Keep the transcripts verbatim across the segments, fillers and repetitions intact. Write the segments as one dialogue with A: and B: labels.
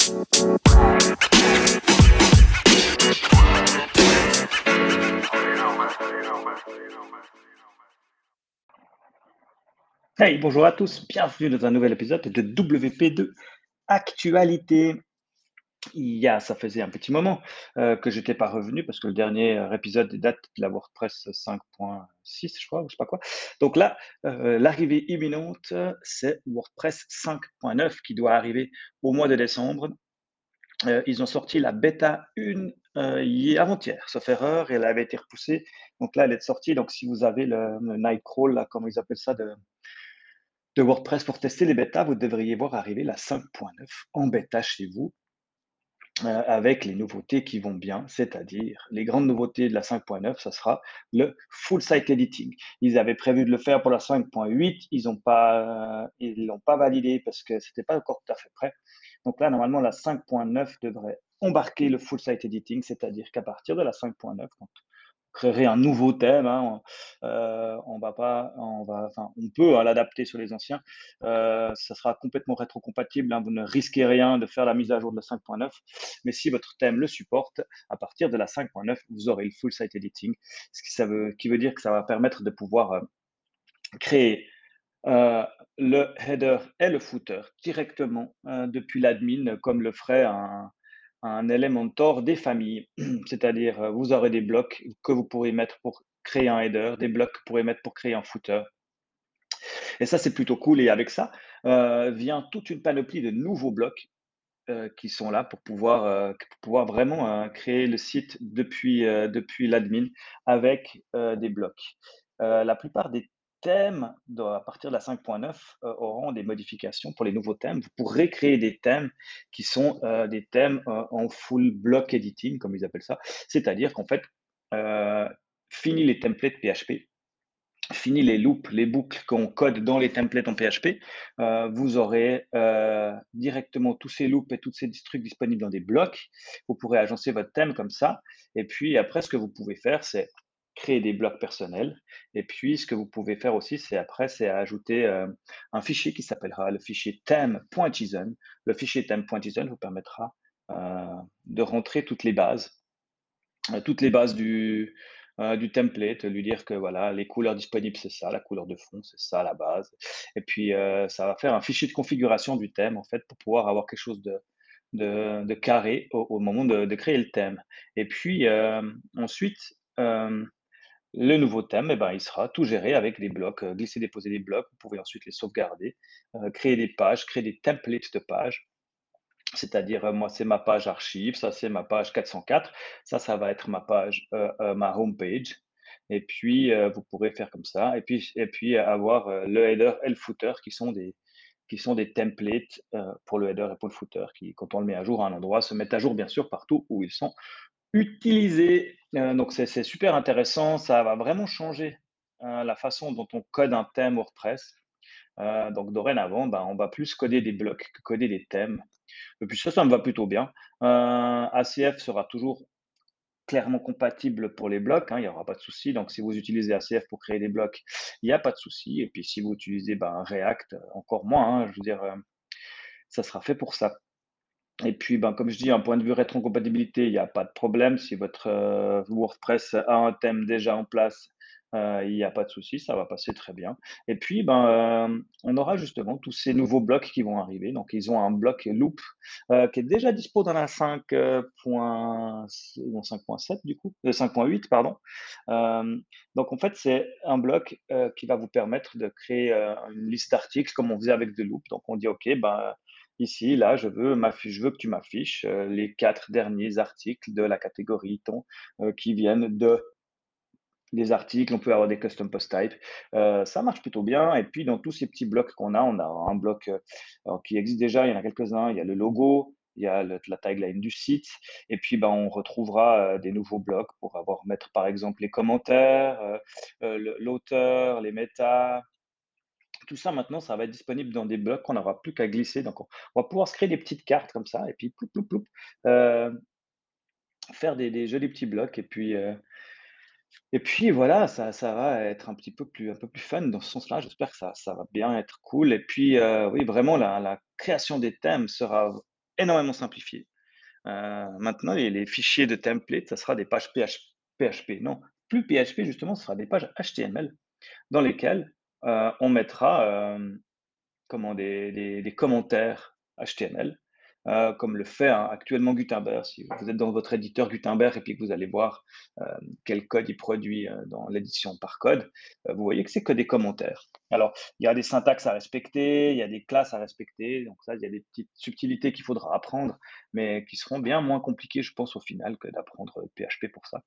A: Hey, bonjour à tous, bienvenue dans un nouvel épisode de W P deux Actualité. Il y a, ça faisait un petit moment euh, que j'étais pas revenu parce que le dernier euh, épisode date de la WordPress cinq point six, je crois, ou je sais pas quoi. Donc là, euh, l'arrivée imminente, c'est WordPress cinq point neuf qui doit arriver au mois de décembre. Euh, ils ont sorti la bêta un euh, hier, avant-hier, sauf erreur, et elle avait été repoussée. Donc là, elle est sortie. Donc si vous avez le, le Nightcrawl, là, comme ils appellent ça, de, de WordPress pour tester les bêtas, vous devriez voir arriver la cinq point neuf en bêta chez vous, euh, avec les nouveautés qui vont bien, c'est-à-dire les grandes nouveautés de la cinq point neuf, ça sera le full site editing. Ils avaient prévu de le faire pour la cinq point huit, ils n'ont pas, ils l'ont pas validé parce que c'était pas encore tout à fait prêt. Donc là, normalement, la cinq point neuf devrait embarquer le full site editing, c'est-à-dire qu'à partir de la cinq point neuf, quand créerait un nouveau thème, hein, heu, on va pas on va enfin, on peut, hein, l'adapter sur les anciens. Heu, ça sera complètement rétrocompatible, hein, vous ne risquez rien de faire la mise à jour de la cinq point neuf. Mais si votre thème le supporte, à partir de la cinq point neuf, vous aurez le full site editing. Ce qui ça veut qui veut dire que ça va permettre de pouvoir, heu, créer, heu, le header et le footer directement, heu, depuis l'admin, comme le ferait un un Elementor des familles. C'est-à-dire, heu, vous aurez des blocs que vous pourrez mettre pour créer un header, des blocs que vous pourrez mettre pour créer un footer, et ça, c'est plutôt cool, et avec ça, heu, vient toute une panoplie de nouveaux blocs, heu, qui sont là pour pouvoir, heu, pour pouvoir vraiment, heu, créer le site depuis, heu, depuis l'admin avec, heu, des blocs. Heu, la plupart des thèmes dans à partir de la cinq point neuf, heu, auront des modifications pour les nouveaux thèmes. Vous pourrez créer des thèmes qui sont, heu, des thèmes, heu, en full block editing, comme ils appellent ça. C'est-à-dire qu'en fait, heu, fini les templates P H P, fini les loops, les boucles qu'on code dans les templates en P H P, euh, vous aurez euh, directement tous ces loops et tous ces trucs disponibles dans des blocs. Vous pourrez agencer votre thème comme ça. Et puis après, ce que vous pouvez faire, c'est créer des blocs personnels. Et puis, ce que vous pouvez faire aussi, c'est après, c'est ajouter euh, un fichier qui s'appellera le fichier theme.json. Le fichier theme.json vous permettra euh, de rentrer toutes les bases euh, toutes les bases du, euh, du template, lui dire que voilà, les couleurs disponibles, c'est ça, la couleur de fond, c'est ça, la base. Et puis, euh, ça va faire un fichier de configuration du thème, en fait, pour pouvoir avoir quelque chose de, de, de carré au, au moment de, de créer le thème. Et puis, euh, ensuite, euh, le nouveau thème, eh ben, il sera tout géré avec des blocs, euh, glisser, déposer des blocs. Vous pouvez ensuite les sauvegarder, euh, créer des pages, créer des templates de pages. C'est-à-dire, heu, moi, c'est ma page archive, ça, c'est ma page quatre cent quatre, ça, ça va être ma page, heu heu, ma home page, et puis, heu, vous pourrez faire comme ça, et puis et puis avoir, heu, le header et le footer qui sont des qui sont des templates, heu, pour le header et pour le footer qui, quand on le met à jour à un endroit, se mettent à jour, bien sûr, partout où ils sont utilisés. Heu, donc c'est c'est super intéressant, ça va vraiment changer, heu, la façon dont on code un thème WordPress. Heu, donc dorénavant, ben, on va plus coder des blocs que coder des thèmes. Et puis ça, ça me va plutôt bien. Heu, A C F sera toujours clairement compatible pour les blocs, hein, il y aura pas de souci. Donc si vous utilisez A C F pour créer des blocs, il y a pas de souci. Et puis si vous utilisez, ben, React, heu, encore moins, hein, je veux dire, heu, ça sera fait pour ça. Et puis, ben, comme je dis, un point de vue rétrocompatibilité, il y a pas de problème. Si votre, heu, WordPress a un thème déjà en place, heu, il y a pas de souci, ça va passer très bien. Et puis, ben, hem, on aura justement tous ces nouveaux blocs qui vont arriver. Donc ils ont un bloc loop, heu, qui est déjà dispo dans la cinq, heu, point s non cinq point sept du coup, heu, cinq point huit pardon. Hem, donc en fait, c'est un bloc, heu, qui va vous permettre de créer, heu, une liste d'articles comme on faisait avec des loops. Donc on dit: «OK, ben, ici, là, je veux m'affi je veux que tu m'affiches, heu, les quatre derniers articles de la catégorie ton, heu, qui viennent de des articles». On peut avoir des custom post type. Heu, ça marche plutôt bien. Et puis dans tous ces petits blocs qu'on a, on a un bloc, heu, alors qui existe déjà, il y en a quelques-uns. Il y a le logo, il y a le la tagline du site, et puis, ben, on retrouvera, heu, des nouveaux blocs pour avoir mettre, par exemple, les commentaires, heu heu, le l'auteur, les méta. Tout ça maintenant, ça va être disponible dans des blocs qu'on n'aura plus qu'à glisser. Donc on on va pouvoir se créer des petites cartes comme ça, et puis ploup, ploup, ploup, heu, faire des des jolis petits blocs, et puis, heu et puis voilà, ça ça va être un petit peu plus un peu plus fun dans ce sens-là. J'espère que ça ça va bien être cool. Et puis, heu, oui, vraiment la la création des thèmes sera énormément simplifié. Heu, maintenant les les fichiers de template, ça sera des pages P H P H P. Non, plus P H P justement, ce sera des pages H T M L dans lesquelles, heu, on mettra, hem, comment des des des commentaires H T M L, heu, comme le fait, hein, actuellement Gutenberg. Si vous êtes dans votre éditeur Gutenberg et puis que vous allez voir, hem, quel code il produit, heu, dans l'édition par code, heu, vous voyez que c'est que des commentaires. Alors, il y a des syntaxes à respecter, il y a des classes à respecter, donc ça, il y a des petites subtilités qu'il faudra apprendre, mais qui seront bien moins compliquées, je pense, au final, que d'apprendre P H P pour ça.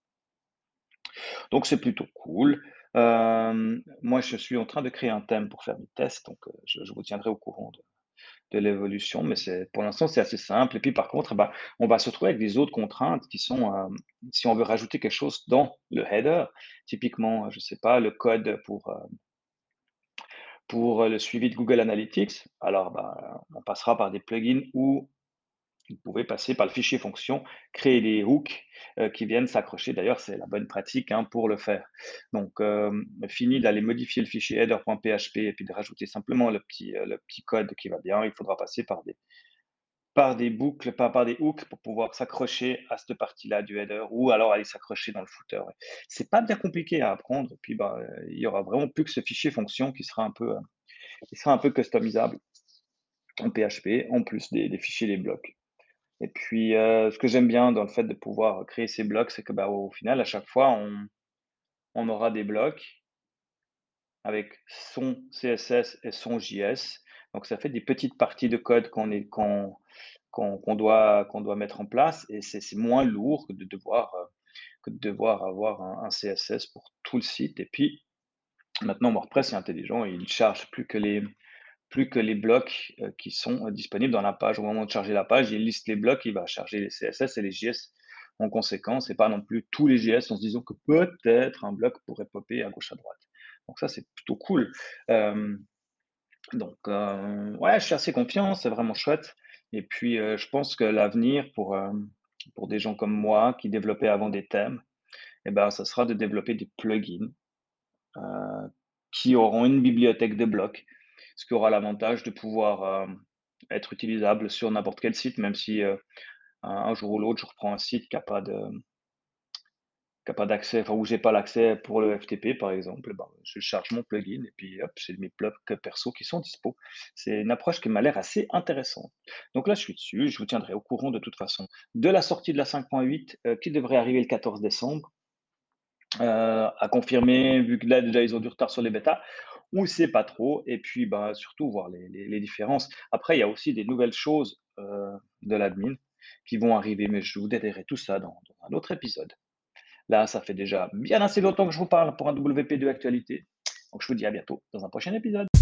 A: Donc c'est plutôt cool. Hem, moi, je suis en train de créer un thème pour faire mes tests, donc heu, je je vous tiendrai au courant de de l'évolution, mais c'est pour l'instant, c'est assez simple et puis par contre, bah, on va se retrouver avec des autres contraintes qui sont, hem, si on veut rajouter quelque chose dans le header, typiquement, je sais pas, le code pour, heu, pour, le suivi de Google Analytics, alors, bah, on passera par des plugins ou vous pouvez passer par le fichier fonction, créer des hooks, heu, qui viennent s'accrocher. D'ailleurs, c'est la bonne pratique, hein, pour le faire. Donc, hem, fini d'aller modifier le fichier header.php et puis de rajouter simplement le petit, heu, le petit code qui va bien. Il faudra passer par des par des boucles, par par des hooks pour pouvoir s'accrocher à cette partie-là du header ou alors aller s'accrocher dans le footer, ouais. C'est pas bien compliqué à apprendre et puis, bah, heu, il y aura vraiment plus que ce fichier fonction qui sera un peu, heu, qui sera un peu customisable en P H P, en plus des des fichiers, des blocs. Et puis, heu, ce que j'aime bien dans le fait de pouvoir créer ces blocs, c'est que, bah, au final, à chaque fois, on on aura des blocs avec son C S S et son J S. Donc ça fait des petites parties de code qu'on est qu'on qu'on qu'on doit qu'on doit mettre en place et c'est c'est moins lourd que de devoir, heu, que de devoir avoir un un C S S pour tout le site et puis maintenant WordPress est intelligent, il charge plus que les plus que les blocs, heu, qui sont, heu, disponibles dans la page. Au moment de charger la page, il liste les blocs, il va charger les C S S et les J S en conséquence et pas non plus tous les J S en se disant que peut-être un bloc pourrait popper à gauche, à droite. Donc ça, c'est plutôt cool. Hem, donc heu, ouais, je suis assez confiant, c'est vraiment chouette et puis, heu, je pense que l'avenir pour, hem, pour des gens comme moi qui développaient avant des thèmes et ben, ça sera de développer des plugins heu, qui auront une bibliothèque de blocs, ce qui aura l'avantage de pouvoir, hem, être utilisable sur n'importe quel site, même si, heu, un un jour ou l'autre, je reprends un site qui a pas de qui a pas d'accès, enfin où j'ai pas l'accès pour le F T P par exemple, ben, je charge mon plugin et puis hop, j'ai mes blocs perso qui sont dispo. C'est une approche qui m'a l'air assez intéressante. Donc là, je suis dessus, je vous tiendrai au courant de toute façon de la sortie de la cinq point huit, heu, qui devrait arriver le quatorze décembre. Heu, à confirmer, vu que là déjà ils ont du retard sur les bêtas, on ne sait pas trop et puis, bah, surtout voir les les les différences. Après, il y a aussi des nouvelles choses, heu, de l'admin qui vont arriver, mais je vous détaillerai tout ça dans dans un autre épisode. Là, ça fait déjà bien assez longtemps que je vous parle pour un W P deux actualité, donc je vous dis à bientôt dans un prochain épisode.